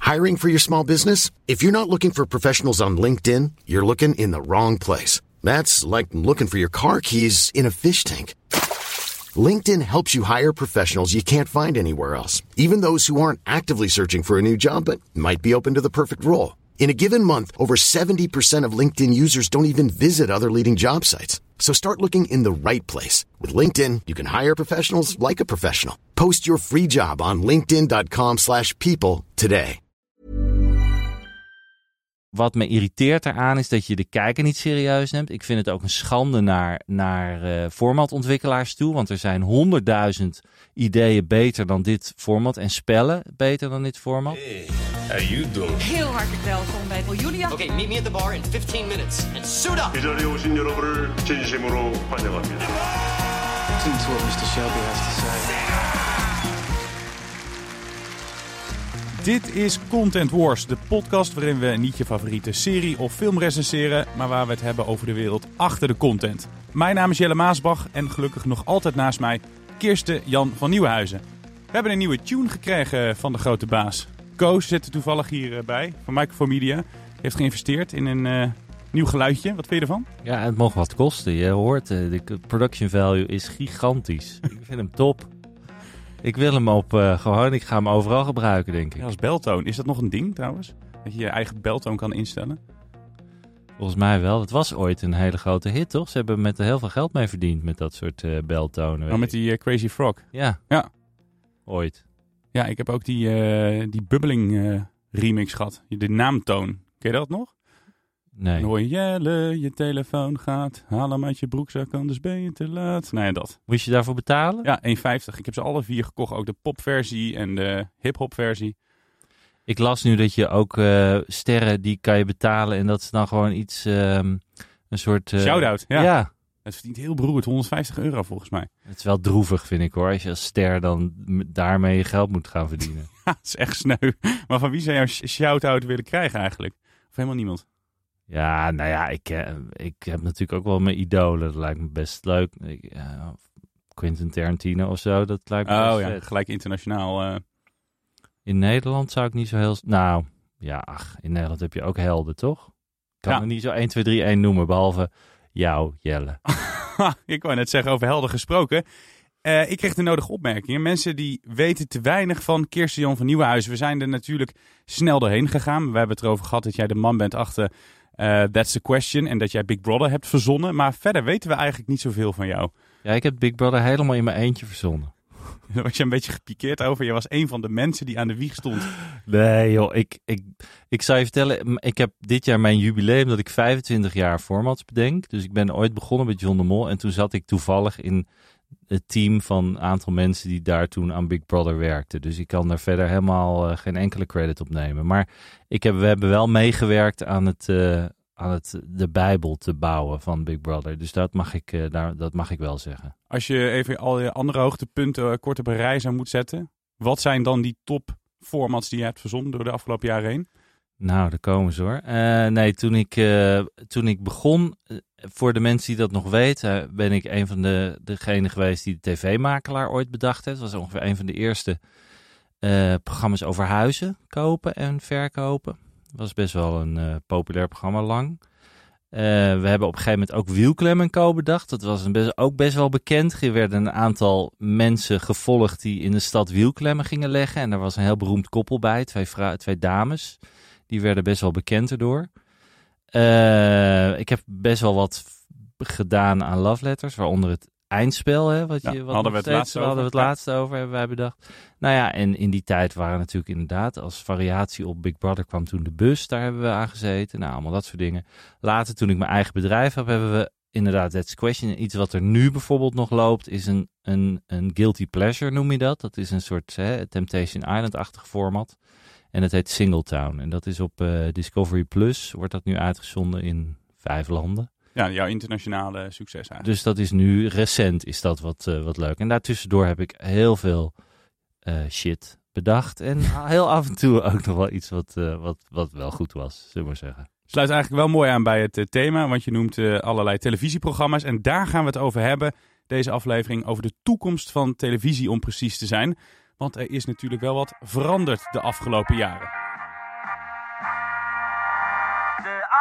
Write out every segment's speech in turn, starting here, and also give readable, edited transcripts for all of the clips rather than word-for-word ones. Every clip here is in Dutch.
Hiring for your small business? If you're not looking for professionals on LinkedIn, you're looking in the wrong place. That's like looking for your car keys in a fish tank. LinkedIn helps you hire professionals you can't find anywhere else, even those who aren't actively searching for a new job but might be open to the perfect role. In a given month, over 70% of LinkedIn users don't even visit other leading job sites. So start looking in the right place. With LinkedIn, you can hire professionals like a professional. Post your free job on linkedin.com/people today. Wat me irriteert eraan is dat je de kijker niet serieus neemt. Ik vind het ook een schande naar formatontwikkelaars toe. Want er zijn 100.000 ideeën beter dan dit format. En spellen beter dan dit format. Hey, how you doing? Heel hartelijk welkom bij Julia. Okay, meet me at the bar in 15 minutes. And suit up! 이 자리에 오신 여러분을 진심으로 환영합니다. Listen to what Mr. Shelby has to say. Dit is Content Wars, de podcast waarin we niet je favoriete serie of film recenseren, maar waar we het hebben over de wereld achter de content. Mijn naam is Jelle Maasbach en gelukkig nog altijd naast mij Kirsten Jan van Nieuwenhuizen. We hebben een nieuwe tune gekregen van de grote baas. Koos zit er toevallig hierbij van Microphone Media. Die heeft geïnvesteerd in een nieuw geluidje. Wat vind je ervan? Ja, het mag wat kosten. Je hoort, de production value is gigantisch. Ik vind hem top. Ik wil hem ik ga hem overal gebruiken, denk ik. Ja, als beltoon. Is dat nog een ding trouwens? Dat je je eigen beltoon kan instellen? Volgens mij wel. Het was ooit een hele grote hit, toch? Ze hebben met er heel veel geld mee verdiend met dat soort beltonen. Oh, met die Crazy Frog? Ja. Ooit. Ja, ik heb ook die Bubbling remix gehad. De naamtoon. Ken je dat nog? Nee. Dan hoor je Jelle, je telefoon gaat. Haal hem uit je broekzak, anders ben je te laat. Nou ja, dat. Moest je daarvoor betalen? Ja, 1,50. Ik heb ze alle 4 gekocht. Ook de popversie en de hip-hop versie. Ik las nu dat je ook sterren die kan je betalen. En dat is dan gewoon iets, een soort... Shout-out, ja. Ja. Het verdient heel beroerd. €150 volgens mij. Het is wel droevig, vind ik hoor. Als je als ster dan daarmee je geld moet gaan verdienen. Ja, het is echt sneu. Maar van wie zou jou een shout-out willen krijgen eigenlijk? Of helemaal niemand? Ja, nou ja, ik heb natuurlijk ook wel mijn idolen. Dat lijkt me best leuk. Quentin Tarantino of zo, dat lijkt me best vet. Gelijk internationaal. In Nederland zou ik niet zo heel... Nou, ja, in Nederland heb je ook helden, toch? Ik kan er niet zo 1, 2, 3, 1 noemen, behalve jou, Jelle. Ik wou net zeggen, over helden gesproken. Ik kreeg de nodige opmerkingen. Mensen die weten te weinig van Kirsten Jan van Nieuwenhuizen. We zijn er natuurlijk snel doorheen gegaan. We hebben het erover gehad dat jij de man bent achter That's the Question. En dat jij Big Brother hebt verzonnen. Maar verder weten we eigenlijk niet zoveel van jou. Ja, ik heb Big Brother helemaal in mijn eentje verzonnen. Daar was je een beetje gepikeerd over. Je was een van de mensen die aan de wieg stond. Nee joh, ik zou je vertellen. Ik heb dit jaar mijn jubileum dat ik 25 jaar formats bedenk. Dus ik ben ooit begonnen met John de Mol. En toen zat ik toevallig in het team van een aantal mensen die daar toen aan Big Brother werkten. Dus ik kan daar verder helemaal geen enkele credit op nemen. Maar we hebben wel meegewerkt aan de Bijbel te bouwen van Big Brother. Dus dat mag ik wel zeggen. Als je even al je andere hoogtepunten kort op een rij zou moeten zetten. Wat zijn dan die top formats die je hebt verzonnen door de afgelopen jaren heen? Nou, daar komen ze hoor. Nee, toen ik begon, voor de mensen die dat nog weten, ben ik een van degenen geweest die de tv-makelaar ooit bedacht heeft. Dat was ongeveer een van de eerste programma's over huizen kopen en verkopen. Dat was best wel een populair programma lang. We hebben op een gegeven moment ook Wielklem & Co. bedacht. Dat was ook best wel bekend. Er werden een aantal mensen gevolgd die in de stad wielklemmen gingen leggen. En daar was een heel beroemd koppel bij, twee dames. Die werden best wel bekend erdoor. Ik heb best wel wat gedaan aan love letters, waaronder het eindspel. Hè, hadden we het laatst over, hebben wij bedacht. Nou ja, en in die tijd waren natuurlijk inderdaad, als variatie op Big Brother kwam toen de bus. Daar hebben we aan gezeten. Nou, allemaal dat soort dingen. Later, toen ik mijn eigen bedrijf heb, hebben we inderdaad That's Question. Iets wat er nu bijvoorbeeld nog loopt, is een guilty pleasure, noem je dat. Dat is een soort Temptation Island-achtig format. En het heet Singletown. En dat is op Discovery Plus. Wordt dat nu uitgezonden in 5 landen. Ja, jouw internationale succes eigenlijk. Dus dat is nu recent, is dat wat leuk. En daartussendoor heb ik heel veel shit bedacht. En heel af en toe ook nog wel iets wat wel goed was, zullen we maar zeggen. Sluit eigenlijk wel mooi aan bij het thema, want je noemt allerlei televisieprogramma's. En daar gaan we het over hebben, deze aflevering, over de toekomst van televisie om precies te zijn. Want er is natuurlijk wel wat veranderd de afgelopen jaren.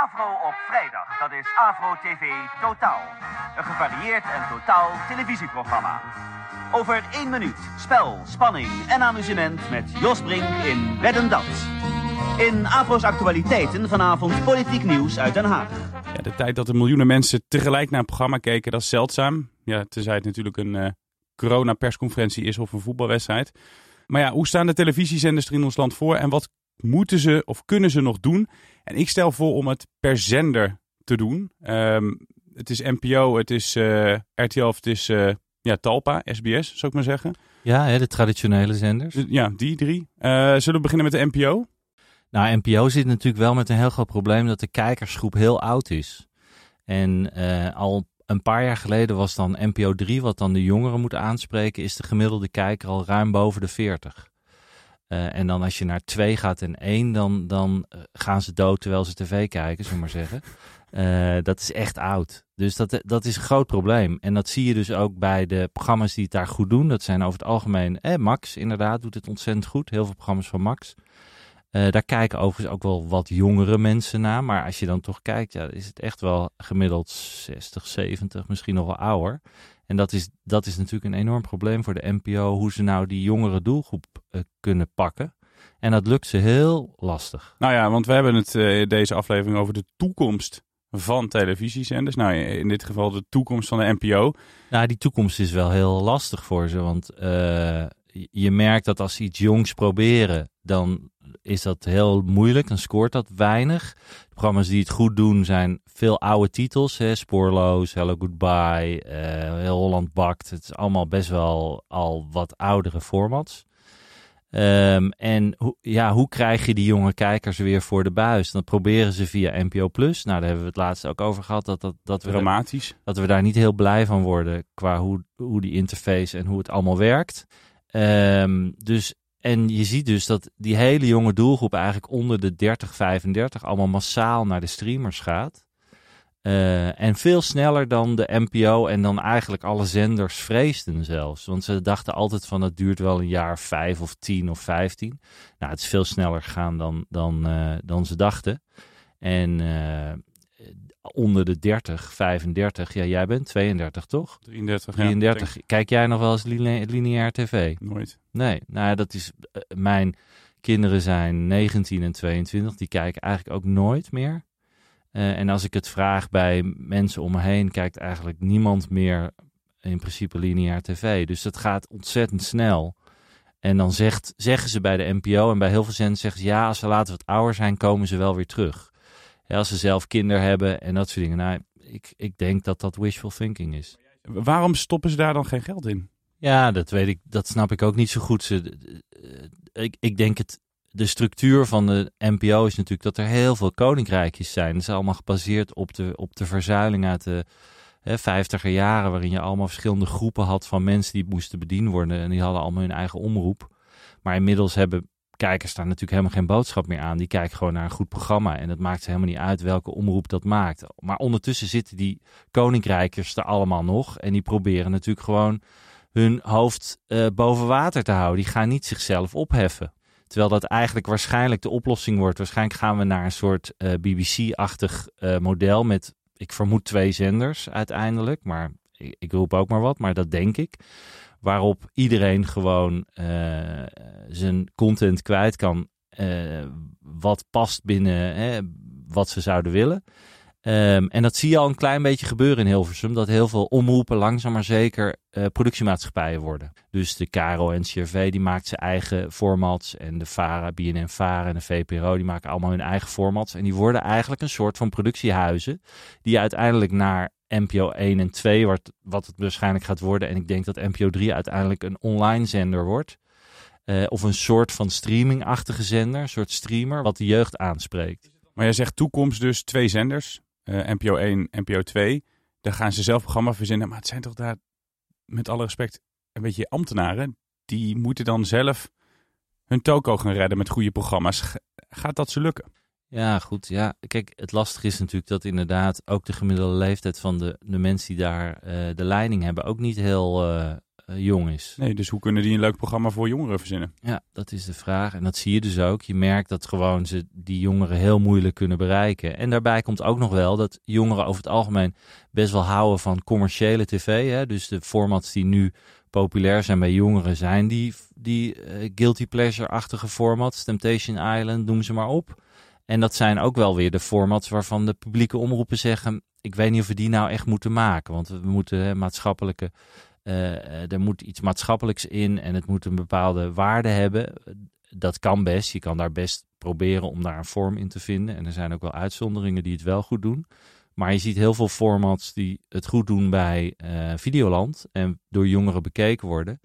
Avro op vrijdag. Dat is Avro TV Totaal. Een gevarieerd en totaal televisieprogramma. Over 1 minuut spel, spanning en amusement met Jos Brink in Wedden Dat. In Avro's actualiteiten vanavond politiek nieuws uit Den Haag. Ja, de tijd dat er miljoenen mensen tegelijk naar een programma keken, dat is zeldzaam. Ja, tenzij het natuurlijk een corona-persconferentie is of een voetbalwedstrijd. Maar ja, hoe staan de televisiezenders er in ons land voor en wat moeten ze of kunnen ze nog doen? En ik stel voor om het per zender te doen. Het is NPO, het is RTL of het is Talpa, SBS, zou ik maar zeggen. Ja, de traditionele zenders. Ja, die 3. Zullen we beginnen met de NPO? Nou, NPO zit natuurlijk wel met een heel groot probleem dat de kijkersgroep heel oud is. En al een paar jaar geleden was dan NPO 3, wat dan de jongeren moet aanspreken, is de gemiddelde kijker al ruim boven de 40. En dan als je naar 2 gaat en 1, dan gaan ze dood terwijl ze tv kijken, zullen we maar zeggen. Dat is echt oud. Dus dat is een groot probleem. En dat zie je dus ook bij de programma's die het daar goed doen. Dat zijn over het algemeen Max, inderdaad, doet het ontzettend goed. Heel veel programma's van Max. Daar kijken overigens ook wel wat jongere mensen naar. Maar als je dan toch kijkt, ja, is het echt wel gemiddeld 60, 70, misschien nog wel ouder. En dat is natuurlijk een enorm probleem voor de NPO, hoe ze nou die jongere doelgroep kunnen pakken. En dat lukt ze heel lastig. Nou ja, want we hebben het deze aflevering over de toekomst van televisiezenders. Nou, in dit geval de toekomst van de NPO. Nou, die toekomst is wel heel lastig voor ze, want je merkt dat als ze iets jongs proberen, dan is dat heel moeilijk, dan scoort dat weinig. De programma's die het goed doen zijn veel oude titels, Spoorloos, Hello Goodbye, Heel Holland Bakt. Het is allemaal best wel al wat oudere formats. Hoe krijg je die jonge kijkers weer voor de buis? Dan proberen ze via NPO Plus. Nou, daar hebben we het laatst ook over gehad. Dat we daar niet heel blij van worden qua hoe die interface en hoe het allemaal werkt. En je ziet dus dat die hele jonge doelgroep eigenlijk onder de 30, 35 allemaal massaal naar de streamers gaat. En veel sneller dan de NPO en dan eigenlijk alle zenders vreesden zelfs. Want ze dachten altijd van het duurt wel een jaar 5 of 10 of 15. Nou, het is veel sneller gegaan dan ze dachten. En onder de 30, 35, ja, jij bent 32 toch? 33. Ja, kijk jij nog wel eens lineair tv? Nooit. Nee, nou dat is, mijn kinderen zijn 19 en 22, die kijken eigenlijk ook nooit meer. En als ik het vraag bij mensen om me heen, kijkt eigenlijk niemand meer in principe lineair tv. Dus dat gaat ontzettend snel. En dan zeggen ze bij de NPO en bij heel veel zenders zeggen ze, ja, als ze later wat ouder zijn, komen ze wel weer terug. Ja, als ze zelf kinderen hebben en dat soort dingen. Nou, ik denk dat dat wishful thinking is. Waarom stoppen ze daar dan geen geld in? Ja, dat weet ik. Dat snap ik ook niet zo goed. Ik denk de structuur van de NPO is natuurlijk dat er heel veel koninkrijkjes zijn. Dat is allemaal gebaseerd op de verzuiling uit de 50er jaren, waarin je allemaal verschillende groepen had van mensen die moesten bediend worden. En die hadden allemaal hun eigen omroep. Maar inmiddels hebben kijkers daar natuurlijk helemaal geen boodschap meer aan. Die kijken gewoon naar een goed programma. En het maakt ze helemaal niet uit welke omroep dat maakt. Maar ondertussen zitten die koninkrijkers er allemaal nog. En die proberen natuurlijk gewoon hun hoofd boven water te houden. Die gaan niet zichzelf opheffen. Terwijl dat eigenlijk waarschijnlijk de oplossing wordt. Waarschijnlijk gaan we naar een soort BBC-achtig model met, ik vermoed, 2 zenders uiteindelijk. Maar ik roep ook maar wat, maar dat denk ik. Waarop iedereen gewoon zijn content kwijt kan, wat past binnen wat ze zouden willen. En dat zie je al een klein beetje gebeuren in Hilversum, dat heel veel omroepen langzaam maar zeker productiemaatschappijen worden. Dus de KRO-NCRV die maakt zijn eigen formats en de VARA, BNN-VARA en de VPRO die maken allemaal hun eigen formats. En die worden eigenlijk een soort van productiehuizen die uiteindelijk naar NPO 1 en 2, wat het waarschijnlijk gaat worden. En ik denk dat NPO 3 uiteindelijk een online zender wordt. Of een soort van streamingachtige zender, een soort streamer, wat de jeugd aanspreekt. Maar jij zegt toekomst dus 2 zenders, NPO 1, NPO 2. Daar gaan ze zelf programma verzinnen. Maar het zijn toch daar, met alle respect, een beetje ambtenaren. Die moeten dan zelf hun toko gaan redden met goede programma's. Gaat dat ze lukken? Ja, goed. Ja, kijk, het lastige is natuurlijk dat inderdaad ook de gemiddelde leeftijd van de mensen die daar de leiding hebben ook niet heel jong is. Nee, dus hoe kunnen die een leuk programma voor jongeren verzinnen? Ja, dat is de vraag. En dat zie je dus ook. Je merkt dat gewoon ze die jongeren heel moeilijk kunnen bereiken. En daarbij komt ook nog wel dat jongeren over het algemeen best wel houden van commerciële tv. Hè? Dus de formats die nu populair zijn bij jongeren zijn die guilty pleasure-achtige formats. Temptation Island, noem ze maar op. En dat zijn ook wel weer de formats waarvan de publieke omroepen zeggen, ik weet niet of we die nou echt moeten maken. Want we moeten maatschappelijke... er moet iets maatschappelijks in en het moet een bepaalde waarde hebben. Dat kan best. Je kan daar best proberen om daar een vorm in te vinden. En er zijn ook wel uitzonderingen die het wel goed doen. Maar je ziet heel veel formats die het goed doen bij Videoland en door jongeren bekeken worden.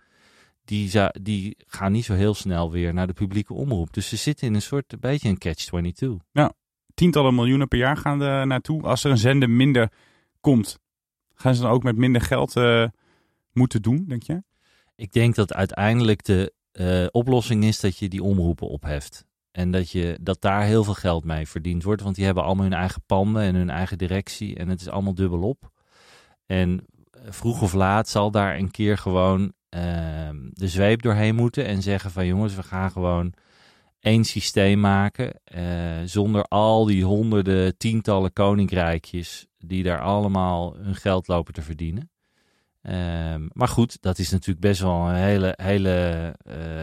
Die gaan niet zo heel snel weer naar de publieke omroep. Dus ze zitten in een beetje een catch-22. Ja, tientallen miljoenen per jaar gaan er naartoe. Als er een zender minder komt, gaan ze dan ook met minder geld moeten doen, denk je? Ik denk dat uiteindelijk de oplossing is dat je die omroepen opheft. En dat daar heel veel geld mee verdiend wordt. Want die hebben allemaal hun eigen panden en hun eigen directie. En het is allemaal dubbelop. En vroeg of laat zal daar een keer gewoon de zweep doorheen moeten. En zeggen van jongens, we gaan gewoon één systeem maken. Zonder al die honderden, tientallen koninkrijkjes die daar allemaal hun geld lopen te verdienen. Maar goed, dat is natuurlijk best wel een hele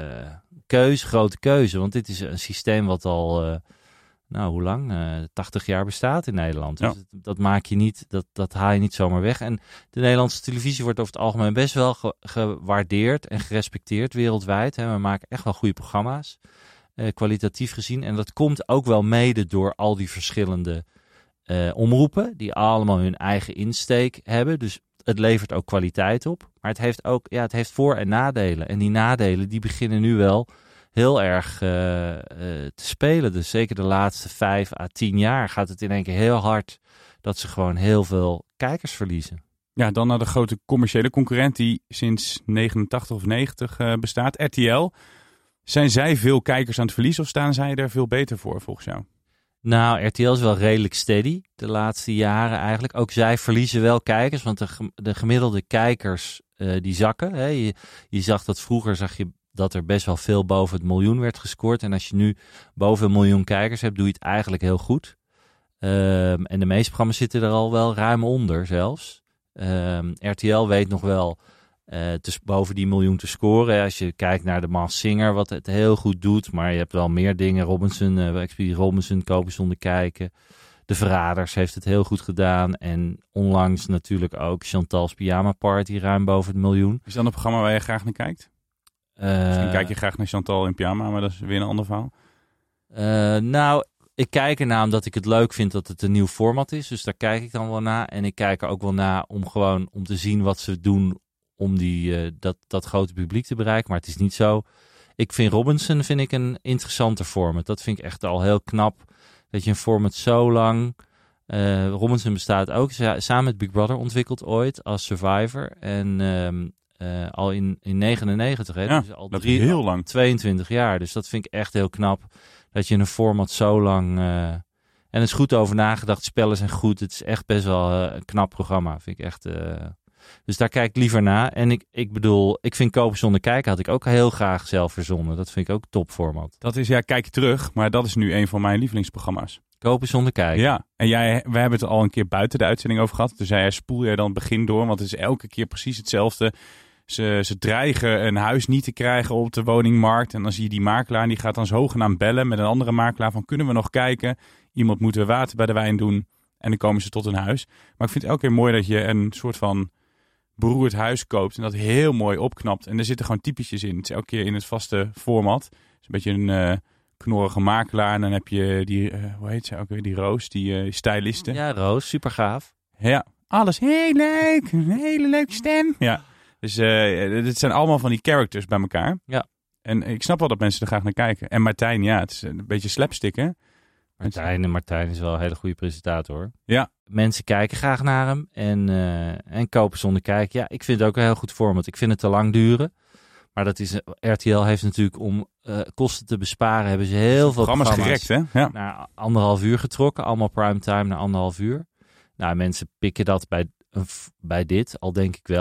grote keuze. Want dit is een systeem wat al, hoe lang? 80 jaar bestaat in Nederland. Dus dat maak je niet, dat haal je niet zomaar weg. En de Nederlandse televisie wordt over het algemeen best wel gewaardeerd en gerespecteerd wereldwijd. Hè. We maken echt wel goede programma's, kwalitatief gezien. En dat komt ook wel mede door al die verschillende omroepen, die allemaal hun eigen insteek hebben. Dus het levert ook kwaliteit op, maar het heeft voor- en nadelen. En die nadelen die beginnen nu wel heel erg te spelen. Dus zeker de laatste 5 à 10 jaar gaat het in één keer heel hard dat ze gewoon heel veel kijkers verliezen. Ja, dan naar de grote commerciële concurrent die sinds 89 of 90 bestaat, RTL. Zijn zij veel kijkers aan het verliezen of staan zij er veel beter voor volgens jou? Nou, RTL is wel redelijk steady de laatste jaren eigenlijk. Ook zij verliezen wel kijkers, want de gemiddelde kijkers die zakken. Hè. Je zag dat vroeger dat er best wel veel boven het miljoen werd gescoord. En als je nu boven 1 miljoen kijkers hebt, doe je het eigenlijk heel goed. En de meeste programma's zitten er al wel ruim onder zelfs. RTL weet nog wel boven die 1 miljoen te scoren. Als je kijkt naar de Masked Singer, wat het heel goed doet. Maar je hebt wel meer dingen. Expeditie Robinson, Kopen zonder kijken. De Verraders heeft het heel goed gedaan. En onlangs natuurlijk ook Chantal's Pyjama Party, ruim boven het 1 miljoen. Is dat een programma waar je graag naar kijkt? Misschien kijk je graag naar Chantal in pyjama, maar dat is weer een ander verhaal. Ik kijk ernaar omdat ik het leuk vind dat het een nieuw format is. Dus daar kijk ik dan wel naar. En ik kijk er ook wel naar om te zien wat ze doen om dat grote publiek te bereiken. Maar het is niet zo. Ik vind Robinson een interessanter format. Dat vind ik echt al heel knap. Dat je een format zo lang... Robinson bestaat ook samen met Big Brother ontwikkeld ooit als Survivor. En al in 99. Hè? Ja, dus al dat is heel lang. 22 jaar. Dus dat vind ik echt heel knap. Dat je een format zo lang... en er is goed over nagedacht. Spellen zijn goed. Het is echt best wel een knap programma. Vind ik echt... Dus daar kijk ik liever naar. En ik vind Kopen zonder kijken had ik ook heel graag zelf verzonnen. Dat vind ik ook topformat. Dat is, kijk je terug. Maar dat is nu een van mijn lievelingsprogramma's. Kopen zonder kijken. Ja, en we hebben het al een keer buiten de uitzending over gehad. Dus spoel jij dan het begin door, want het is elke keer precies hetzelfde. Ze dreigen een huis niet te krijgen op de woningmarkt. En dan zie je die makelaar en die gaat dan zogenaamd bellen met een andere makelaar van kunnen we nog kijken? Iemand moet weer water bij de wijn doen. En dan komen ze tot een huis. Maar ik vind het elke keer mooi dat je een soort van beroerd huis koopt en dat heel mooi opknapt. En er zitten gewoon typetjes in. Het is elke keer in het vaste format. Het is een beetje een knorrige makelaar. En dan heb je die, hoe heet ze ook weer? Die Roos, die styliste. Ja, Roos, super gaaf. Ja, alles heel leuk. Een hele leuke stem. Ja, dus dit zijn allemaal van die characters bij elkaar. Ja. En ik snap wel dat mensen er graag naar kijken. En Martijn, het is een beetje slapstick, hè? Martijn is wel een hele goede presentator. Ja. Mensen kijken graag naar hem en kopen zonder kijken. Ja, ik vind het ook een heel goed format. Ik vind het te lang duren. Maar dat is, RTL heeft natuurlijk om kosten te besparen, hebben ze heel veel programma's gerekt, hè? Ja. Naar 1,5 uur getrokken. Allemaal primetime naar 1,5 uur. Nou, mensen pikken dat bij dit. Al denk ik wel dat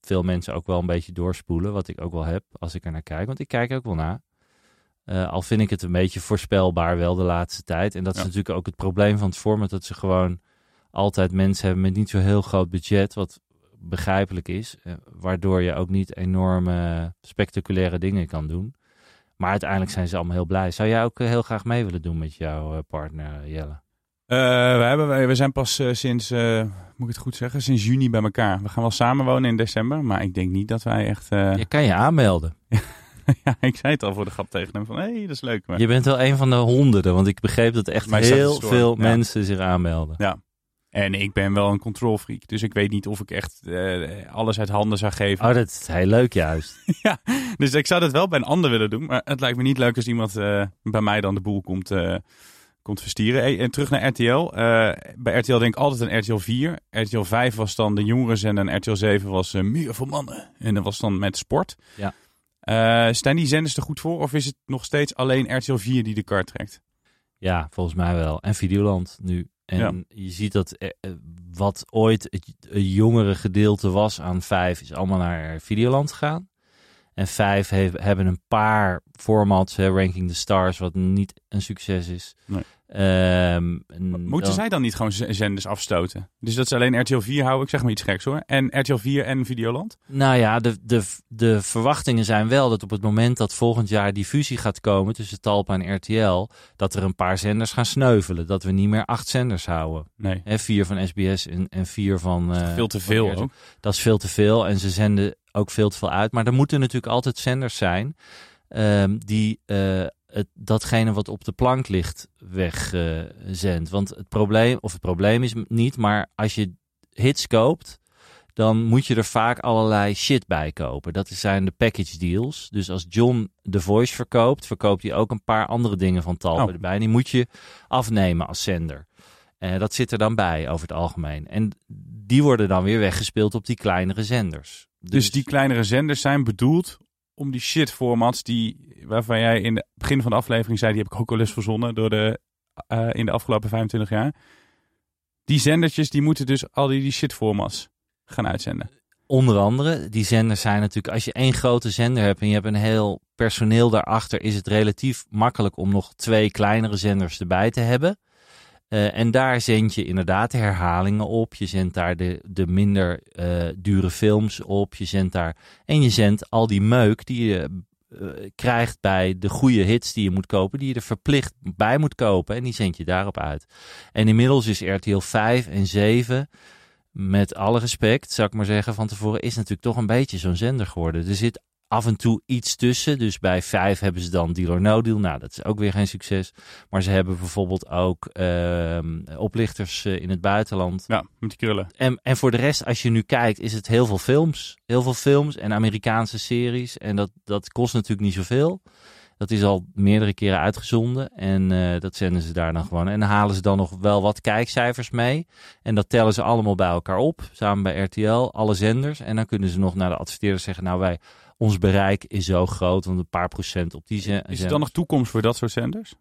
veel mensen ook wel een beetje doorspoelen, wat ik ook wel heb als ik er naar kijk. Want ik kijk er ook wel naar. Al vind ik het een beetje voorspelbaar wel de laatste tijd. En dat is natuurlijk ook het probleem van het format, dat ze gewoon altijd mensen hebben met niet zo heel groot budget, wat begrijpelijk is. Waardoor je ook niet enorme spectaculaire dingen kan doen. Maar uiteindelijk zijn ze allemaal heel blij. Zou jij ook heel graag mee willen doen met jouw partner, Jelle? We zijn pas sinds, moet ik het goed zeggen, sinds juni bij elkaar. We gaan wel samenwonen in december, maar ik denk niet dat wij echt... Je kan je aanmelden. Ja, ik zei het al voor de grap tegen hem van, hé, dat is leuk. Maar... Je bent wel een van de honderden, want ik begreep dat echt heel veel mensen zich aanmelden. Ja, en ik ben wel een controlfreak, dus ik weet niet of ik echt alles uit handen zou geven. Oh, dat is heel leuk juist. Ja, dus ik zou dat wel bij een ander willen doen, maar het lijkt me niet leuk als iemand bij mij dan de boel komt verstieren. En terug naar RTL. Bij RTL denk ik altijd aan RTL 4. RTL 5 was dan de jongerenzender en RTL 7 was meer voor mannen. En dat was dan met sport. Ja. Staan die zenders er goed voor? Of is het nog steeds alleen RTL 4 die de kar trekt? Ja, volgens mij wel. En Videoland nu. En je ziet dat wat ooit het jongere gedeelte was aan 5 is allemaal naar Videoland gegaan. En 5 hebben een paar formats, Ranking the Stars, wat niet een succes is. Nee. Moeten zij dan niet gewoon zenders afstoten? Dus dat ze alleen RTL 4 houden, ik zeg maar iets geks hoor. En RTL 4 en Videoland? Nou ja, de verwachtingen zijn wel dat op het moment dat volgend jaar die fusie gaat komen tussen Talpa en RTL, dat er een paar zenders gaan sneuvelen. Dat we niet meer 8 zenders houden. Nee. 4 van SBS en 4 van... Dat is veel te veel ook. Dat is veel te veel en ze zenden ook veel te veel uit. Maar er moeten natuurlijk altijd zenders zijn die datgene wat op de plank ligt wegzendt. Want het probleem is niet, maar als je hits koopt, dan moet je er vaak allerlei shit bij kopen. Dat zijn de package deals. Dus als John The Voice verkoopt hij ook een paar andere dingen van Talpa erbij. En die moet je afnemen als zender. Dat zit er dan bij over het algemeen. En die worden dan weer weggespeeld op die kleinere zenders. Dus die kleinere zenders zijn bedoeld om die shit-formats waarvan jij in het begin van de aflevering zei, die heb ik ook al eens verzonnen in de afgelopen 25 jaar. Die zendertjes, die moeten dus al die shit-formats gaan uitzenden. Onder andere, die zenders zijn natuurlijk, als je één grote zender hebt en je hebt een heel personeel daarachter, is het relatief makkelijk om nog 2 kleinere zenders erbij te hebben. En daar zend je inderdaad de herhalingen op. Je zendt daar de minder dure films op. Je zendt al die meuk die je krijgt bij de goede hits die je moet kopen, die je er verplicht bij moet kopen. En die zend je daarop uit. En inmiddels is RTL 5 en 7, met alle respect, zou ik maar zeggen, van tevoren, is natuurlijk toch een beetje zo'n zender geworden. Er zit af en toe iets tussen. Dus bij 5 hebben ze dan Deal or No Deal. Nou, dat is ook weer geen succes. Maar ze hebben bijvoorbeeld ook oplichters in het buitenland. Ja, met die krullen. En voor de rest, als je nu kijkt, is het heel veel films. Heel veel films en Amerikaanse series. En dat kost natuurlijk niet zoveel. Dat is al meerdere keren uitgezonden. En dat zenden ze daar dan gewoon. En dan halen ze dan nog wel wat kijkcijfers mee. En dat tellen ze allemaal bij elkaar op. Samen bij RTL, alle zenders. En dan kunnen ze nog naar de adverteerders zeggen, nou ons bereik is zo groot, want een paar procent op die zenders. Is er dan nog toekomst voor dat soort zenders?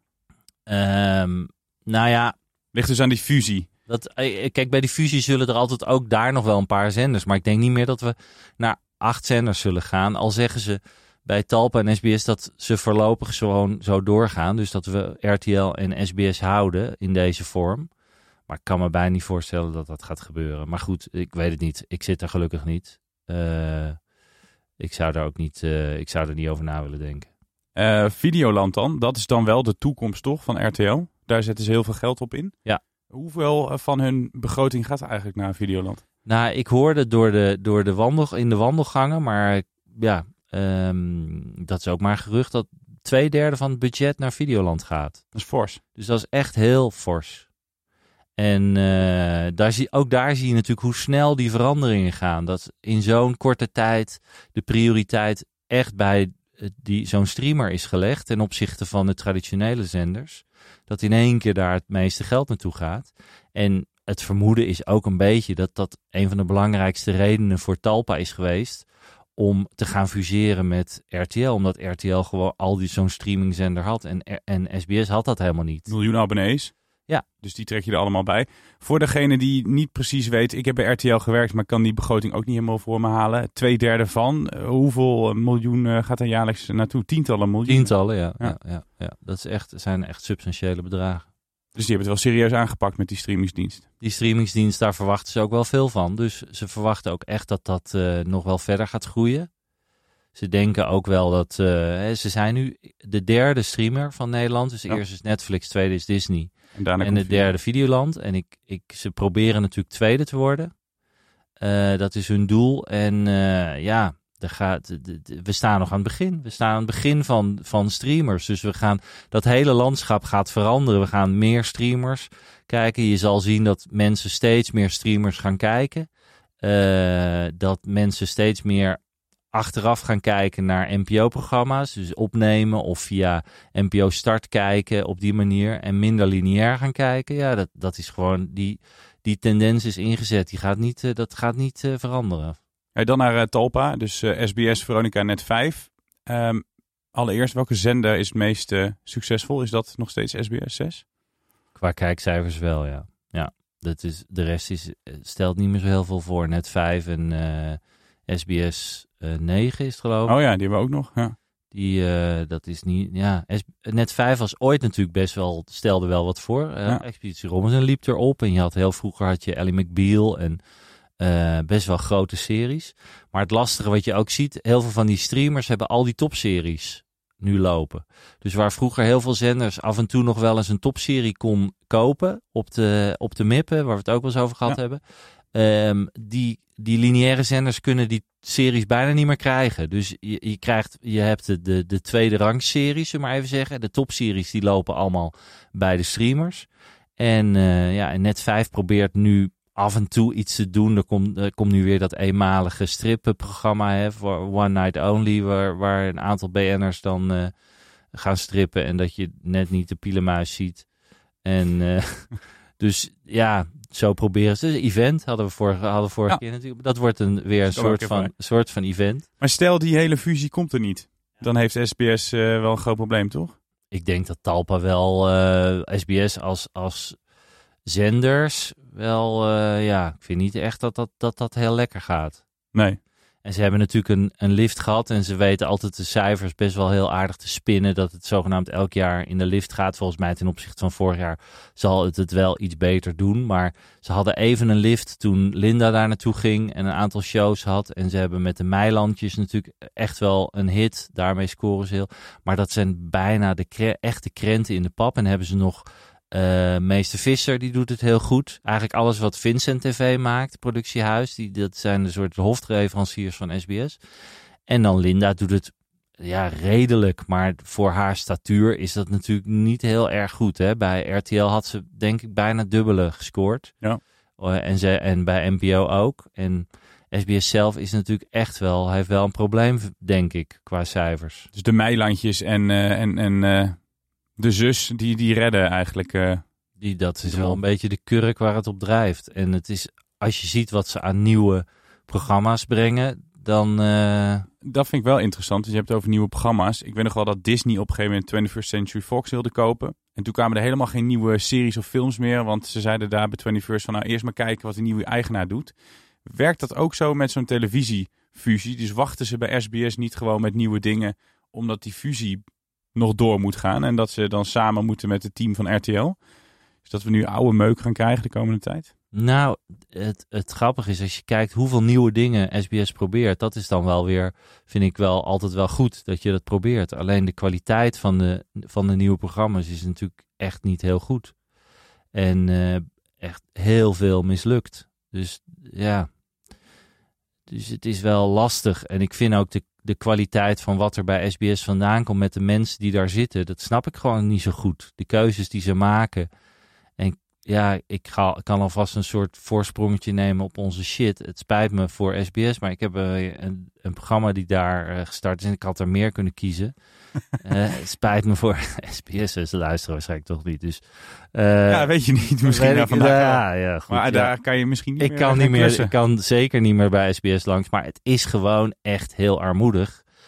Nou ja. Ligt dus aan die fusie. Kijk, bij die fusie zullen er altijd ook daar nog wel een paar zenders. Maar ik denk niet meer dat we naar 8 zenders zullen gaan. Al zeggen ze bij Talpa en SBS dat ze voorlopig gewoon zo doorgaan. Dus dat we RTL en SBS houden in deze vorm. Maar ik kan me bijna niet voorstellen dat dat gaat gebeuren. Maar goed, ik weet het niet. Ik zit er gelukkig niet. Ik zou er niet over na willen denken. Videoland dan, dat is dan wel de toekomst toch van RTL? Daar zetten ze heel veel geld op in. Ja. Hoeveel van hun begroting gaat eigenlijk naar Videoland? Nou, ik hoorde in de wandelgangen, maar ja, dat is ook maar gerucht dat 2/3 van het budget naar Videoland gaat. Dat is fors. Dus dat is echt heel fors. En ook daar zie je natuurlijk hoe snel die veranderingen gaan. Dat in zo'n korte tijd de prioriteit echt bij zo'n streamer is gelegd ten opzichte van de traditionele zenders. Dat in één keer daar het meeste geld naartoe gaat. En het vermoeden is ook een beetje dat een van de belangrijkste redenen voor Talpa is geweest om te gaan fuseren met RTL. Omdat RTL gewoon zo'n streamingzender had. En SBS had dat helemaal niet. Miljoenen abonnees. Ja. Dus die trek je er allemaal bij. Voor degene die niet precies weet, ik heb bij RTL gewerkt, maar kan die begroting ook niet helemaal voor me halen. 2/3 van. Hoeveel miljoen gaat er jaarlijks naartoe? Tientallen miljoen? Tientallen, ja. Dat zijn echt substantiële bedragen. Dus die hebben het wel serieus aangepakt met die streamingsdienst. Die streamingsdienst, daar verwachten ze ook wel veel van. Dus ze verwachten ook echt dat nog wel verder gaat groeien. Ze denken ook wel dat... ze zijn nu de derde streamer van Nederland. Dus eerst is Netflix, tweede is Disney. En de derde Videoland. En ze proberen natuurlijk tweede te worden. Dat is hun doel. En we staan nog aan het begin. We staan aan het begin van streamers. Dus dat hele landschap gaat veranderen. We gaan meer streamers kijken. Je zal zien dat mensen steeds meer streamers gaan kijken. Dat mensen steeds meer achteraf gaan kijken naar NPO-programma's. Dus opnemen of via NPO Start kijken op die manier. En minder lineair gaan kijken. Ja, dat is gewoon... Die tendens is ingezet. Dat gaat niet veranderen. Hey, dan naar Talpa. Dus SBS, Veronica, Net 5. Allereerst, welke zender is het meest succesvol? Is dat nog steeds SBS 6? Qua kijkcijfers wel, ja. De rest stelt niet meer zo heel veel voor. Net 5 en SBS 9 is het geloof ik. Oh ja, die hebben we ook nog. Ja. Dat is niet... Ja, Net 5 was ooit natuurlijk stelde wel wat voor. Expeditie Robinson liep erop. En vroeger had je Ellie McBeal en best wel grote series. Maar het lastige wat je ook ziet, heel veel van die streamers hebben al die topseries nu lopen. Dus waar vroeger heel veel zenders af en toe nog wel eens een topserie kon kopen op de mippen, waar we het ook wel eens over gehad hebben. Die lineaire zenders kunnen die series bijna niet meer krijgen. Dus je hebt de tweede rangseries, zullen we maar even zeggen. De topseries die lopen allemaal bij de streamers. En Net 5 probeert nu af en toe iets te doen. Er komt nu weer dat eenmalige strippenprogramma voor One Night Only, waar een aantal BN'ers dan gaan strippen en dat je net niet de pielenmuis ziet. En dus ja, zo proberen ze. Dus event hadden we vorige keer natuurlijk. Dat wordt weer een soort van event. Maar stel die hele fusie komt er niet. Dan heeft SBS wel een groot probleem, toch? Ik denk dat Talpa wel SBS als zenders wel, ik vind niet echt dat heel lekker gaat. Nee. En ze hebben natuurlijk een lift gehad en ze weten altijd de cijfers best wel heel aardig te spinnen. Dat het zogenaamd elk jaar in de lift gaat. Volgens mij ten opzichte van vorig jaar zal het wel iets beter doen. Maar ze hadden even een lift toen Linda daar naartoe ging en een aantal shows had. En ze hebben met de Meilandjes natuurlijk echt wel een hit. Daarmee scoren ze heel. Maar dat zijn bijna de echte krenten in de pap. En hebben ze nog Meester Visser, die doet het heel goed. Eigenlijk alles wat Vincent TV maakt, productiehuis, dat zijn de soort hoofdleveranciers van SBS. En dan Linda doet het redelijk, maar voor haar statuur is dat natuurlijk niet heel erg goed. Hè? Bij RTL had ze denk ik bijna dubbele gescoord. Ja. En bij NPO ook. En SBS zelf is natuurlijk echt heeft wel een probleem, denk ik, qua cijfers. Dus de Meilandjes en de zus, die redden eigenlijk. Dat is wel een beetje de kurk waar het op drijft. En het is, als je ziet wat ze aan nieuwe programma's brengen, dan... Dat vind ik wel interessant. Dus je hebt het over nieuwe programma's. Ik weet nog wel dat Disney op een gegeven moment 21st Century Fox wilde kopen. En toen kwamen er helemaal geen nieuwe series of films meer. Want ze zeiden daar bij 21st van, nou eerst maar kijken wat de nieuwe eigenaar doet. Werkt dat ook zo met zo'n televisiefusie? Dus wachten ze bij SBS niet gewoon met nieuwe dingen, omdat die fusie nog door moet gaan en dat ze dan samen moeten met het team van RTL? Dus dat we nu oude meuk gaan krijgen de komende tijd? Nou, het grappige is, als je kijkt hoeveel nieuwe dingen SBS probeert, dat is dan wel weer, vind ik wel altijd wel goed dat je dat probeert. Alleen de kwaliteit van de nieuwe programma's is natuurlijk echt niet heel goed. En echt heel veel mislukt. Dus ja, dus het is wel lastig. En ik vind ook de kwaliteit van wat er bij SBS vandaan komt met de mensen die daar zitten, dat snap ik gewoon niet zo goed. De keuzes die ze maken. En ja, ik kan alvast een soort voorsprongetje nemen op onze shit. Het spijt me voor SBS, maar ik heb een programma die daar gestart is en ik had er meer kunnen kiezen. Het spijt me voor SBS, ze luisteren waarschijnlijk toch niet. Dus, weet je niet. Misschien naar vandaag ja, goed, maar daar kan je misschien niet meer. Ik kan zeker niet meer bij SBS langs, maar het is gewoon echt heel armoedig.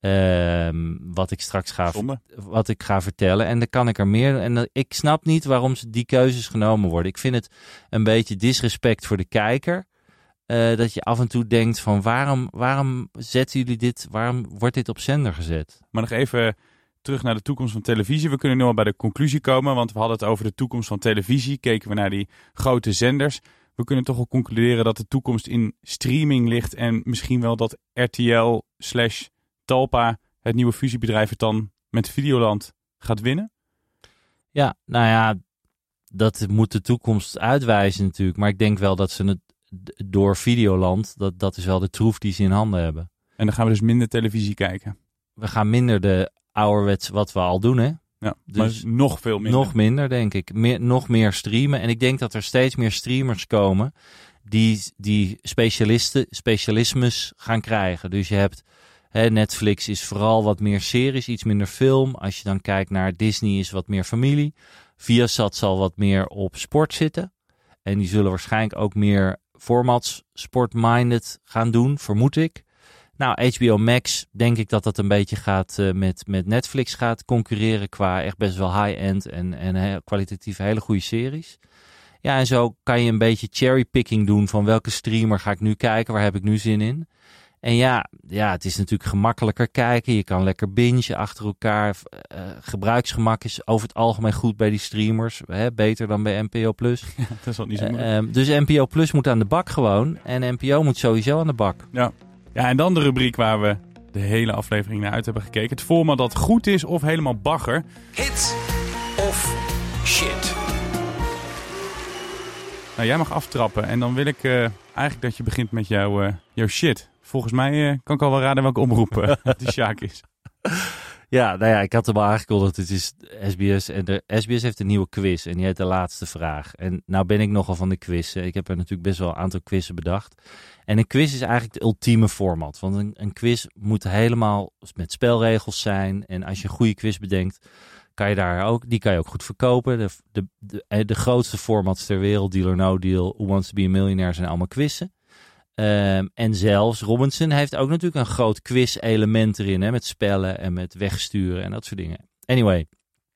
Wat ik ga vertellen. En dan kan ik er meer. En ik snap niet waarom die keuzes genomen worden. Ik vind het een beetje disrespect voor de kijker. Dat je af en toe denkt van waarom zetten jullie dit? Waarom wordt dit op zender gezet? Maar nog even terug naar de toekomst van televisie. We kunnen nu al bij de conclusie komen, want we hadden het over de toekomst van televisie. Keken we naar die grote zenders. We kunnen toch al concluderen dat de toekomst in streaming ligt en misschien wel dat RTL/Talpa, het nieuwe fusiebedrijf, het dan met Videoland gaat winnen? Ja, nou ja, dat moet de toekomst uitwijzen natuurlijk. Maar ik denk wel dat ze het door Videoland, dat is wel de troef die ze in handen hebben. En dan gaan we dus minder televisie kijken. We gaan minder de ouderwets wat we al doen, hè? Ja, dus maar nog veel minder. Nog minder, denk ik. Nog meer streamen. En ik denk dat er steeds meer streamers komen die specialismes gaan krijgen. Dus je hebt, Netflix is vooral wat meer series, iets minder film. Als je dan kijkt naar Disney is wat meer familie. Viasat zal wat meer op sport zitten. En die zullen waarschijnlijk ook meer formats sport-minded gaan doen, vermoed ik. Nou, HBO Max, denk ik dat dat een beetje gaat met Netflix gaat concurreren qua echt best wel high-end en kwalitatief hele goede series. Ja, en zo kan je een beetje cherrypicking doen van welke streamer ga ik nu kijken, waar heb ik nu zin in. En ja, het is natuurlijk gemakkelijker kijken. Je kan lekker bingen achter elkaar. Gebruiksgemak is over het algemeen goed bij die streamers. Beter dan bij NPO+. Ja, dat is wel niet zo moeilijk. Dus NPO+ moet aan de bak gewoon. En NPO moet sowieso aan de bak. Ja, en dan de rubriek waar we de hele aflevering naar uit hebben gekeken. Het format dat goed is of helemaal bagger. Hit of shit. Nou, jij mag aftrappen. En dan wil ik eigenlijk dat je begint met jouw shit. Volgens mij kan ik al wel raden welke omroep de Sjaak is. Ja, nou ja, ik had hem al aangekondigd. Het is SBS. En de SBS heeft een nieuwe quiz. En die heet De Laatste Vraag. En nou ben ik nogal van de quizzen. Ik heb er natuurlijk best wel een aantal quizzen bedacht. En een quiz is eigenlijk het ultieme format. Want een quiz moet helemaal met spelregels zijn. En als je een goede quiz bedenkt, kan je die kan je ook goed verkopen. De grootste formats ter wereld, Deal or No Deal, Who Wants to Be a Millionaire, zijn allemaal quizzen. En zelfs Robinson heeft ook natuurlijk een groot quiz-element erin, met spellen en met wegsturen en dat soort dingen. Anyway,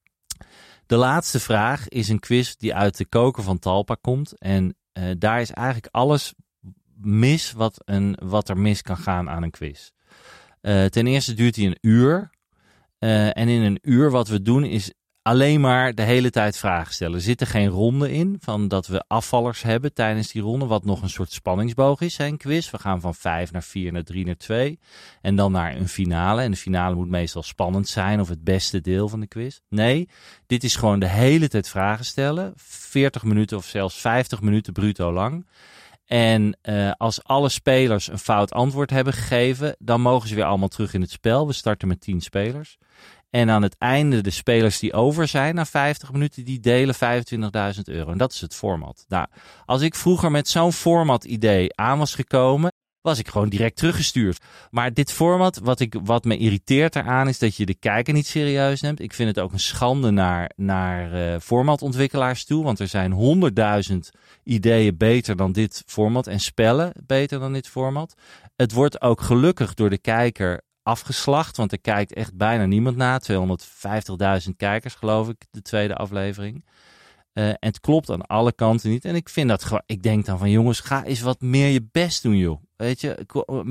de laatste vraag is een quiz die uit de koker van Talpa komt. En daar is eigenlijk alles mis wat er mis kan gaan aan een quiz. Ten eerste duurt hij een uur. En in een uur wat we doen is alleen maar de hele tijd vragen stellen. Er zitten geen ronde in, van dat we afvallers hebben tijdens die ronde, wat nog een soort spanningsboog is, een quiz. We gaan van 5 naar 4 naar 3 naar 2 en dan naar een finale. En de finale moet meestal spannend zijn of het beste deel van de quiz. Nee, dit is gewoon de hele tijd vragen stellen. 40 minuten of zelfs 50 minuten bruto lang. En als alle spelers een fout antwoord hebben gegeven, dan mogen ze weer allemaal terug in het spel. We starten met 10 spelers. En aan het einde, de spelers die over zijn na 50 minuten, die delen €25.000. En dat is het format. Nou, als ik vroeger met zo'n format idee aan was gekomen, was ik gewoon direct teruggestuurd. Maar dit format, wat me irriteert eraan, is dat je de kijker niet serieus neemt. Ik vind het ook een schande naar formatontwikkelaars toe. Want er zijn 100.000 ideeën beter dan dit format. En spellen beter dan dit format. Het wordt ook gelukkig door de kijker afgeslacht. Want er kijkt echt bijna niemand na. 250.000 kijkers, geloof ik, de tweede aflevering. En het klopt aan alle kanten niet. En ik vind dat gewoon. Ik denk dan van, jongens, ga eens wat meer je best doen, joh. Weet je,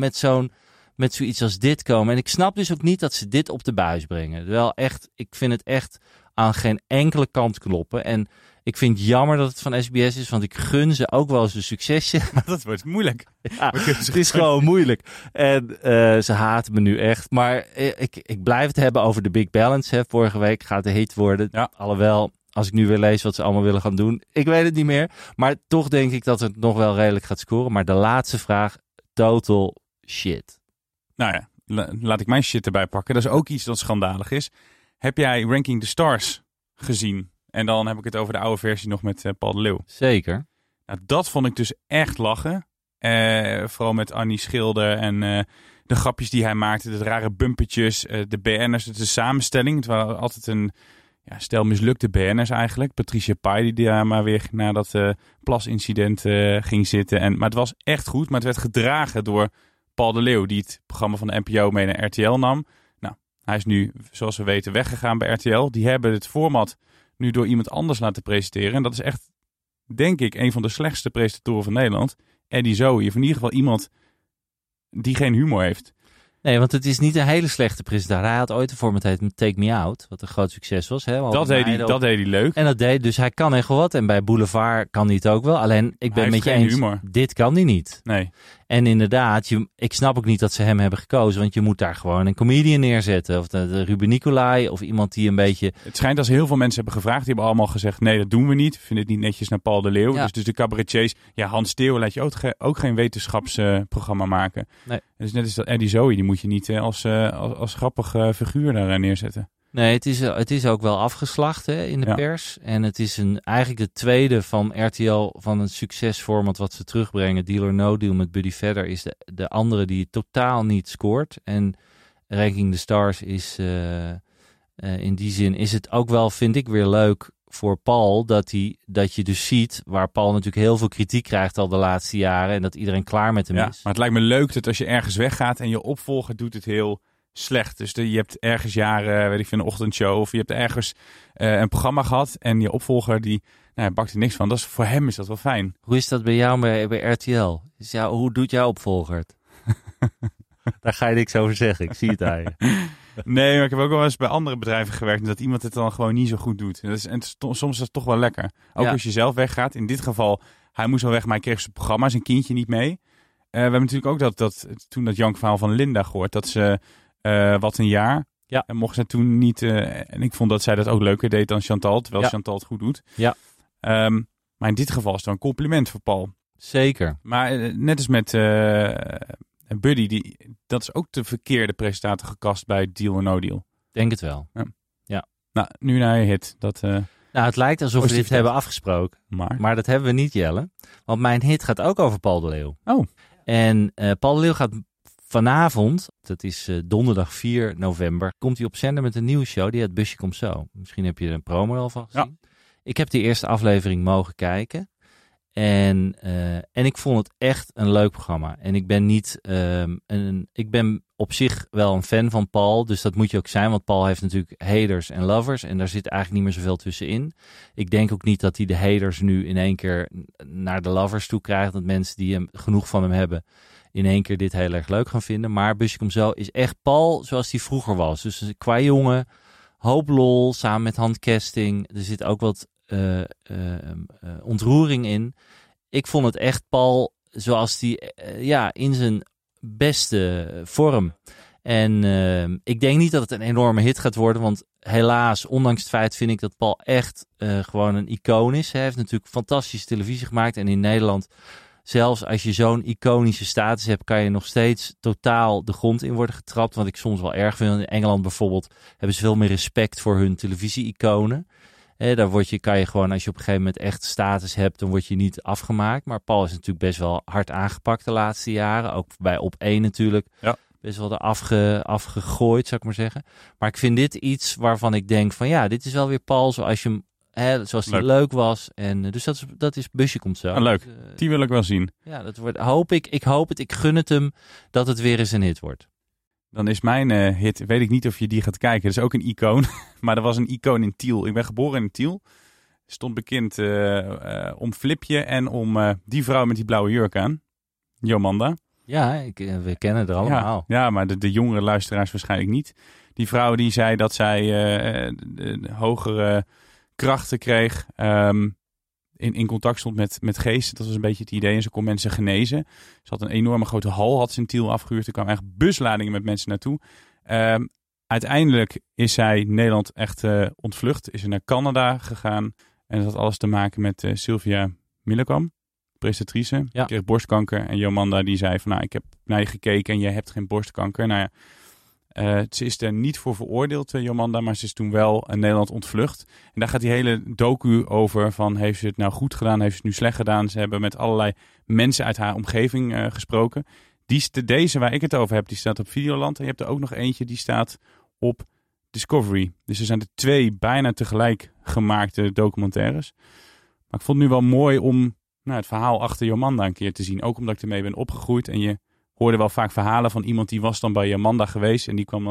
met zoiets als dit komen. En ik snap dus ook niet dat ze dit op de buis brengen. Wel echt, ik vind het echt aan geen enkele kant kloppen. En ik vind het jammer dat het van SBS is, want ik gun ze ook wel eens een succesje. Dat wordt moeilijk. Ja, het is gewoon moeilijk. En ze haten me nu echt. Maar ik blijf het hebben over de Big Balance. Vorige week gaat de hit worden. Ja. Alhoewel, als ik nu weer lees wat ze allemaal willen gaan doen, ik weet het niet meer. Maar toch denk ik dat het nog wel redelijk gaat scoren. Maar de laatste vraag, total shit. Nou ja, laat ik mijn shit erbij pakken. Dat is ook iets dat schandalig is. Heb jij Ranking the Stars gezien? En dan heb ik het over de oude versie nog met Paul de Leeuw. Zeker. Nou, dat vond ik dus echt lachen. Vooral met Annie Schilder en de grapjes die hij maakte. De rare bumpertjes, de BN'ers, de samenstelling. Het waren altijd een stel mislukte BN'ers eigenlijk. Patricia Pai die daar maar weer na dat plasincident ging zitten. Maar het was echt goed. Maar het werd gedragen door Paul de Leeuw, die het programma van de NPO mee naar RTL nam. Hij is nu, zoals we weten, weggegaan bij RTL. Die hebben het format nu door iemand anders laten presenteren. En dat is echt, denk ik, een van de slechtste presentatoren van Nederland. Eddie Zoe. Of in ieder geval iemand die geen humor heeft. Nee, want het is niet een hele slechte presentator. Hij had ooit een format heet Take Me Out, wat een groot succes was. Hè? Dat deed hij leuk. En dat deed, dus hij kan echt wel wat. En bij Boulevard kan hij het ook wel. Alleen, ik ben met je eens, humor. Dit kan hij niet. Nee. En inderdaad, ik snap ook niet dat ze hem hebben gekozen. Want je moet daar gewoon een comedian neerzetten. Of de Ruben Nicolai. Of iemand die een beetje... Het schijnt als heel veel mensen hebben gevraagd. Die hebben allemaal gezegd, nee, dat doen we niet. We vinden het niet netjes naar Paul de Leeuw. Ja. Dus de cabaretiers. Ja, Hans Theo laat je ook geen wetenschapsprogramma maken. Nee. Dus net als dat Eddie Zoe. Die moet je niet als grappig figuur daar neerzetten. Nee, het is ook wel afgeslacht hè, in de pers. En het is eigenlijk de tweede van RTL van een succesformat wat ze terugbrengen. Deal or No Deal met Buddy Vedder is de andere die totaal niet scoort. En Ranking the Stars is in die zin is het ook wel, vind ik, weer leuk voor Paul. Dat je dus ziet waar Paul natuurlijk heel veel kritiek krijgt al de laatste jaren. En dat iedereen klaar met hem is. Maar het lijkt me leuk dat als je ergens weggaat en je opvolger doet het heel... slecht. Dus je hebt ergens jaren, weet ik veel, een ochtendshow of je hebt ergens een programma gehad en je opvolger die bakt er niks van. Voor hem is dat wel fijn. Hoe is dat bij jou bij RTL? Hoe doet jouw opvolger het? Daar ga je niks over zeggen. Ik zie het aan je. Nee, maar ik heb ook wel eens bij andere bedrijven gewerkt dat iemand het dan gewoon niet zo goed doet. En soms is dat toch wel lekker. Ook als je zelf weggaat. In dit geval, hij moest wel weg, maar hij kreeg zijn programma, zijn kindje niet mee. We hebben natuurlijk ook toen dat jankverhaal van Linda gehoord, dat ze wat een jaar. Ja. En mocht zij toen niet... en ik vond dat zij dat ook leuker deed dan Chantal. Terwijl Chantal het goed doet. Ja. Maar in dit geval is het wel een compliment voor Paul. Zeker. Maar net als met Buddy. Dat is ook de verkeerde presentator gekast bij Deal or No Deal. Denk het wel. Ja. Nou, nu naar je hit. Het lijkt alsof we dit hebben afgesproken. Maar dat hebben we niet, Jelle. Want mijn hit gaat ook over Paul de Leeuw. Oh. En Paul de Leeuw gaat... Vanavond, dat is donderdag 4 november, komt hij op zender met een nieuwe show. Die heet Busje Komt Zo. Misschien heb je er een promo al van gezien. Ja. Ik heb die eerste aflevering mogen kijken. En ik vond het echt een leuk programma. En ik ben ik ben op zich wel een fan van Paul. Dus dat moet je ook zijn. Want Paul heeft natuurlijk haters en lovers. En daar zit eigenlijk niet meer zoveel tussenin. Ik denk ook niet dat hij de haters nu in één keer naar de lovers toe krijgt. Dat mensen die genoeg van hem hebben in één keer dit heel erg leuk gaan vinden. Maar Busje Komt Zo is echt Paul zoals hij vroeger was. Dus qua jongen, hoop lol, samen met handcasting. Er zit ook wat ontroering in. Ik vond het echt Paul zoals die in zijn beste vorm. En ik denk niet dat het een enorme hit gaat worden. Want helaas, ondanks het feit vind ik dat Paul echt gewoon een icoon is. Hij heeft natuurlijk fantastische televisie gemaakt. En in Nederland... Zelfs als je zo'n iconische status hebt, kan je nog steeds totaal de grond in worden getrapt. Wat ik soms wel erg vind. In Engeland bijvoorbeeld hebben ze veel meer respect voor hun televisie-iconen. Daar kan je gewoon, als je op een gegeven moment echt status hebt, dan word je niet afgemaakt. Maar Paul is natuurlijk best wel hard aangepakt de laatste jaren. Ook bij Op1 natuurlijk. Ja. Best wel afgegooid, zou ik maar zeggen. Maar ik vind dit iets waarvan ik denk van dit is wel weer Paul zoals je hem... zoals hij leuk was. En dus dat is Busje Komt Zo. Leuk. Die wil ik wel zien. Ja, dat wordt, hoop ik. Ik hoop het. Ik gun het hem dat het weer eens een hit wordt. Dan is mijn hit, weet ik niet of je die gaat kijken. Dat is ook een icoon. Maar er was een icoon in Tiel. Ik ben geboren in Tiel. Stond bekend om Flipje en om die vrouw met die blauwe jurk aan. Jomanda. Ja, we kennen het er allemaal. Ja, maar de jongere luisteraars waarschijnlijk niet. Die vrouw die zei dat zij hogere krachten kreeg, in contact stond met geesten. Dat was een beetje het idee. En ze kon mensen genezen. Ze had een enorme grote hal, had ze in Tiel afgehuurd. Er kwamen echt busladingen met mensen naartoe. Uiteindelijk is zij Nederland echt ontvlucht. Is ze naar Canada gegaan. En dat had alles te maken met Sylvia Millekam, presentatrice. Ja. Kreeg borstkanker. En Jomanda die zei van, ik heb naar je gekeken en jij hebt geen borstkanker. Nou ja, ze is er niet voor veroordeeld, Jomanda, maar ze is toen wel Nederland ontvlucht. En daar gaat die hele docu over van, heeft ze het nou goed gedaan, heeft ze het nu slecht gedaan? Ze hebben met allerlei mensen uit haar omgeving gesproken. Deze waar ik het over heb, die staat op Videoland. En je hebt er ook nog eentje, die staat op Discovery. Dus er zijn er 2 bijna tegelijk gemaakte documentaires. Maar ik vond het nu wel mooi om het verhaal achter Jomanda een keer te zien. Ook omdat ik ermee ben opgegroeid en je hoorde wel vaak verhalen van iemand die was dan bij Jomanda geweest. En die kwam dan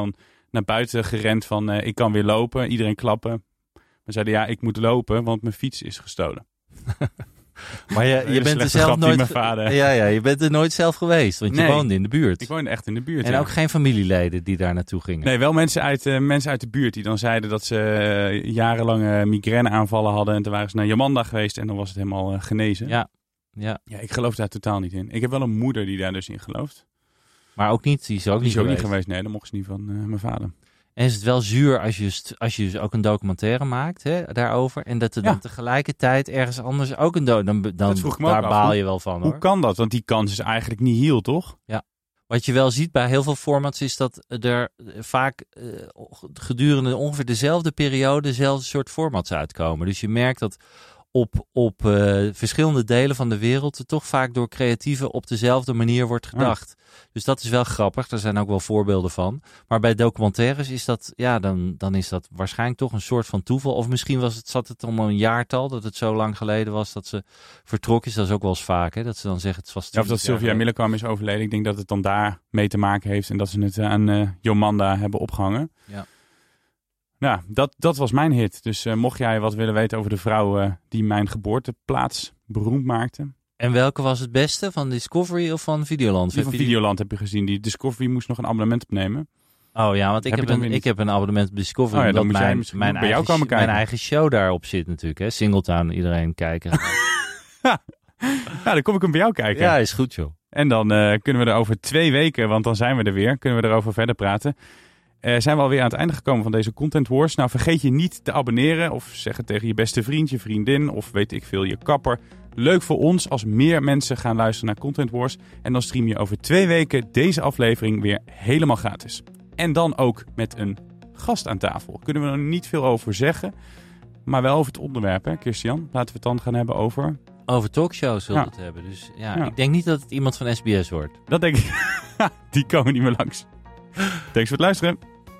naar buiten gerend van ik kan weer lopen. Iedereen klappen. We zeiden ja, ik moet lopen, want mijn fiets is gestolen. Maar je bent er zelf nooit. Je bent er nooit zelf geweest, want je woonde in de buurt. Ik woonde echt in de buurt. En ook geen familieleden die daar naartoe gingen. Nee, wel mensen uit de buurt die dan zeiden dat ze jarenlange migraineaanvallen hadden. En toen waren ze naar Jomanda geweest en dan was het helemaal genezen. Ja, ik geloof daar totaal niet in. Ik heb wel een moeder die daar dus in gelooft. Maar ook niet, die is ook niet geweest. Nee, dat mocht ze niet van mijn vader. En is het wel zuur als je dus ook een documentaire maakt daarover. En dat er dan tegelijkertijd ergens anders ook een documentaire... Daar baal je wel van, hoor. Hoe kan dat? Want die kans is eigenlijk niet heel, toch? Ja. Wat je wel ziet bij heel veel formats is dat er vaak gedurende ongeveer dezelfde periode dezelfde soort formats uitkomen. Dus je merkt dat op verschillende delen van de wereld er toch vaak door creatieven op dezelfde manier wordt gedacht. Ja. Dus dat is wel grappig. Daar zijn ook wel voorbeelden van. Maar bij documentaires is dat, dan is dat waarschijnlijk toch een soort van toeval. Of misschien zat het om een jaartal, dat het zo lang geleden was dat ze vertrokken is. Dat is ook wel eens vaak, hè? Dat ze dan zeggen het was 20 of dat Sylvia Millekam is overleden. Ik denk dat het dan daar mee te maken heeft en dat ze het aan Jomanda hebben opgehangen. Ja. Ja, dat was mijn hit. Dus mocht jij wat willen weten over de vrouw die mijn geboorteplaats beroemd maakte. En welke was het beste? Van Discovery of van Videoland? Die van Videoland heb je gezien. Die Discovery moest nog een abonnement opnemen. Oh ja, want ik heb een abonnement op Discovery. Dan moet jij bij jou komen kijken. Mijn eigen show daarop zit natuurlijk. Hè? Singletown, iedereen kijken. Dan kom ik hem bij jou kijken. Ja, is goed joh. En dan kunnen we er over 2 weken, want dan zijn we er weer, kunnen we erover verder praten. Zijn we alweer aan het einde gekomen van deze Content Wars. Nou, vergeet je niet te abonneren of zeg het tegen je beste vriend, je vriendin of weet ik veel, je kapper. Leuk voor ons als meer mensen gaan luisteren naar Content Wars. En dan stream je over 2 weken deze aflevering weer helemaal gratis. En dan ook met een gast aan tafel. Kunnen we er niet veel over zeggen, maar wel over het onderwerp, hè, Christian? Laten we het dan gaan hebben over... Over talkshows zullen we het hebben. Dus ik denk niet dat het iemand van SBS wordt. Dat denk ik. Die komen niet meer langs. Thanks voor het luisteren.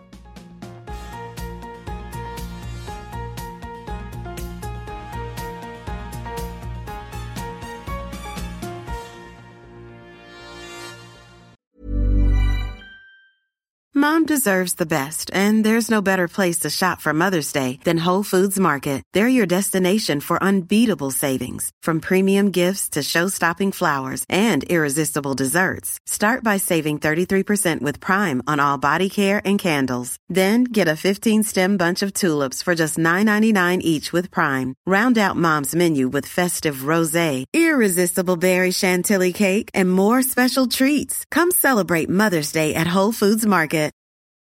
Mom deserves the best, and there's no better place to shop for Mother's Day than Whole Foods Market. They're your destination for unbeatable savings, from premium gifts to show-stopping flowers and irresistible desserts. Start by saving 33% with Prime on all body care and candles. Then get a 15-stem bunch of tulips for just $9.99 each with Prime. Round out Mom's menu with festive rosé, irresistible berry chantilly cake, and more special treats. Come celebrate Mother's Day at Whole Foods Market.